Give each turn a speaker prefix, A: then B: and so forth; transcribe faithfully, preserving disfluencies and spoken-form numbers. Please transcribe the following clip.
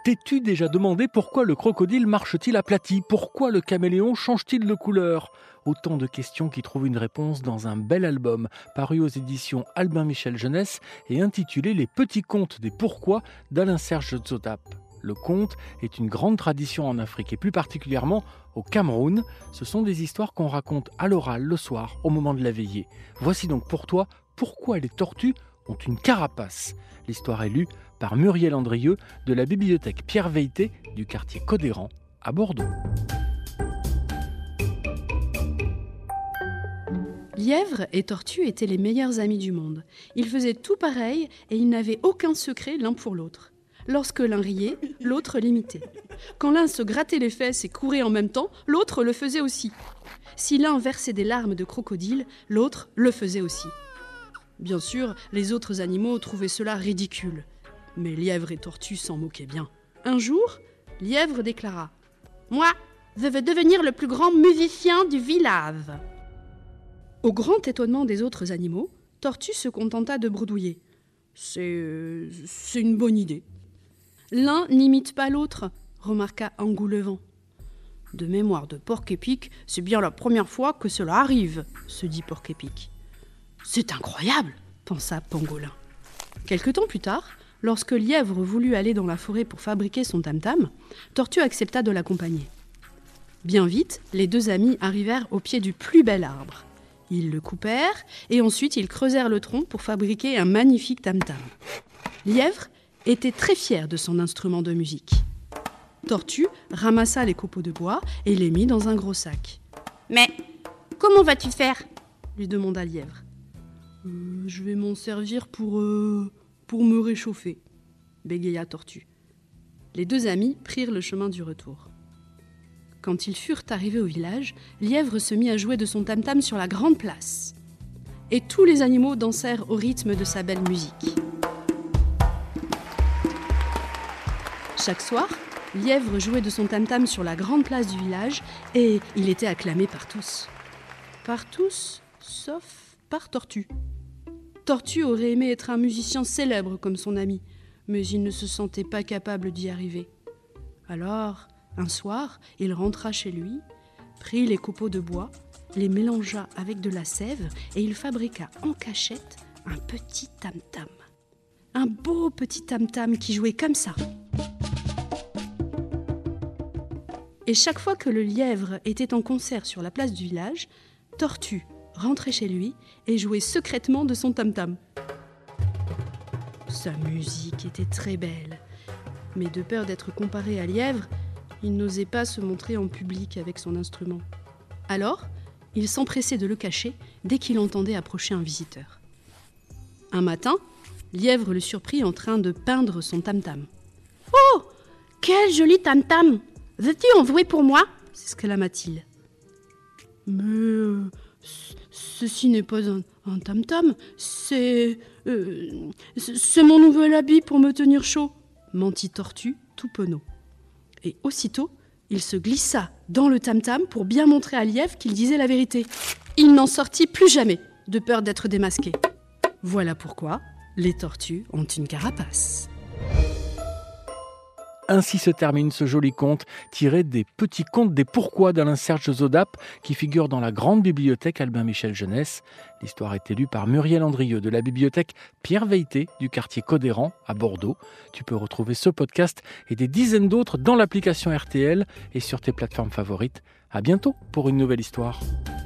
A: T'es-tu déjà demandé pourquoi le crocodile marche-t-il aplati ? Pourquoi le caméléon change-t-il de couleur ? Autant de questions qui trouvent une réponse dans un bel album paru aux éditions Albin Michel Jeunesse et intitulé Les petits contes des pourquoi d'Alain Serge Zodap. Le conte est une grande tradition en Afrique et plus particulièrement au Cameroun. Ce sont des histoires qu'on raconte à l'oral le soir au moment de la veillée. Voici donc pour toi pourquoi les tortues ont une carapace. L'histoire est lue par Muriel Andrieux de la bibliothèque Pierre Veilleté du quartier Codéran à Bordeaux.
B: Lièvre et tortue étaient les meilleurs amis du monde. Ils faisaient tout pareil et ils n'avaient aucun secret l'un pour l'autre. Lorsque l'un riait, l'autre l'imitait. Quand l'un se grattait les fesses et courait en même temps, l'autre le faisait aussi. Si l'un versait des larmes de crocodile, l'autre le faisait aussi. Bien sûr, les autres animaux trouvaient cela ridicule. Mais Lièvre et Tortue s'en moquaient bien. Un jour, Lièvre déclara « Moi, je veux devenir le plus grand musicien du village !» Au grand étonnement des autres animaux, Tortue se contenta de bredouiller. C'est, euh, c'est une bonne idée. L'un n'imite pas l'autre, remarqua Engoulevent. De mémoire de Porc-Épic, c'est bien la première fois que cela arrive, se dit Porc-Épic. C'est incroyable, pensa Pangolin. Quelque temps plus tard, lorsque Lièvre voulut aller dans la forêt pour fabriquer son tam-tam, Tortue accepta de l'accompagner. Bien vite, les deux amis arrivèrent au pied du plus bel arbre. Ils le coupèrent et ensuite ils creusèrent le tronc pour fabriquer un magnifique tam-tam. Lièvre était très fier de son instrument de musique. Tortue ramassa les copeaux de bois et les mit dans un gros sac. « Mais comment vas-tu faire ?» lui demanda Lièvre. Euh, « Je vais m'en servir pour, euh, pour me réchauffer », bégaya Tortue. Les deux amis prirent le chemin du retour. Quand ils furent arrivés au village, Lièvre se mit à jouer de son tam-tam sur la grande place. Et tous les animaux dansèrent au rythme de sa belle musique. Chaque soir, Lièvre jouait de son tam-tam sur la grande place du village et il était acclamé par tous. Par tous, sauf par Tortue. Tortue aurait aimé être un musicien célèbre comme son ami, mais il ne se sentait pas capable d'y arriver. Alors, un soir, il rentra chez lui, prit les copeaux de bois, les mélangea avec de la sève et il fabriqua en cachette un petit tam-tam. Un beau petit tam-tam qui jouait comme ça. Et chaque fois que le lièvre était en concert sur la place du village, Tortue rentrait chez lui et jouait secrètement de son tam-tam. Sa musique était très belle, mais de peur d'être comparé à Lièvre, il n'osait pas se montrer en public avec son instrument. Alors, il s'empressait de le cacher dès qu'il entendait approcher un visiteur. Un matin, Lièvre le surprit en train de peindre son tam-tam. « Oh, quel joli tam-tam ! Veux-tu en jouer pour moi ?» s'exclama-t-il. « Mais euh, c- ceci n'est pas un, un tam-tam, c'est, euh, c'est mon nouvel habit pour me tenir chaud !» mentit Tortue, tout penaud. Et aussitôt, il se glissa dans le tam-tam pour bien montrer à Lièvre qu'il disait la vérité. Il n'en sortit plus jamais, de peur d'être démasqué. Voilà pourquoi les tortues ont une carapace.
A: Ainsi se termine ce joli conte tiré des petits contes des pourquoi d'Alain Serge Zodap qui figure dans la grande bibliothèque Albin Michel Jeunesse. L'histoire est élue par Muriel Andrieux de la bibliothèque Pierre Veilleté du quartier Codéran à Bordeaux. Tu peux retrouver ce podcast et des dizaines d'autres dans l'application R T L et sur tes plateformes favorites. À bientôt pour une nouvelle histoire.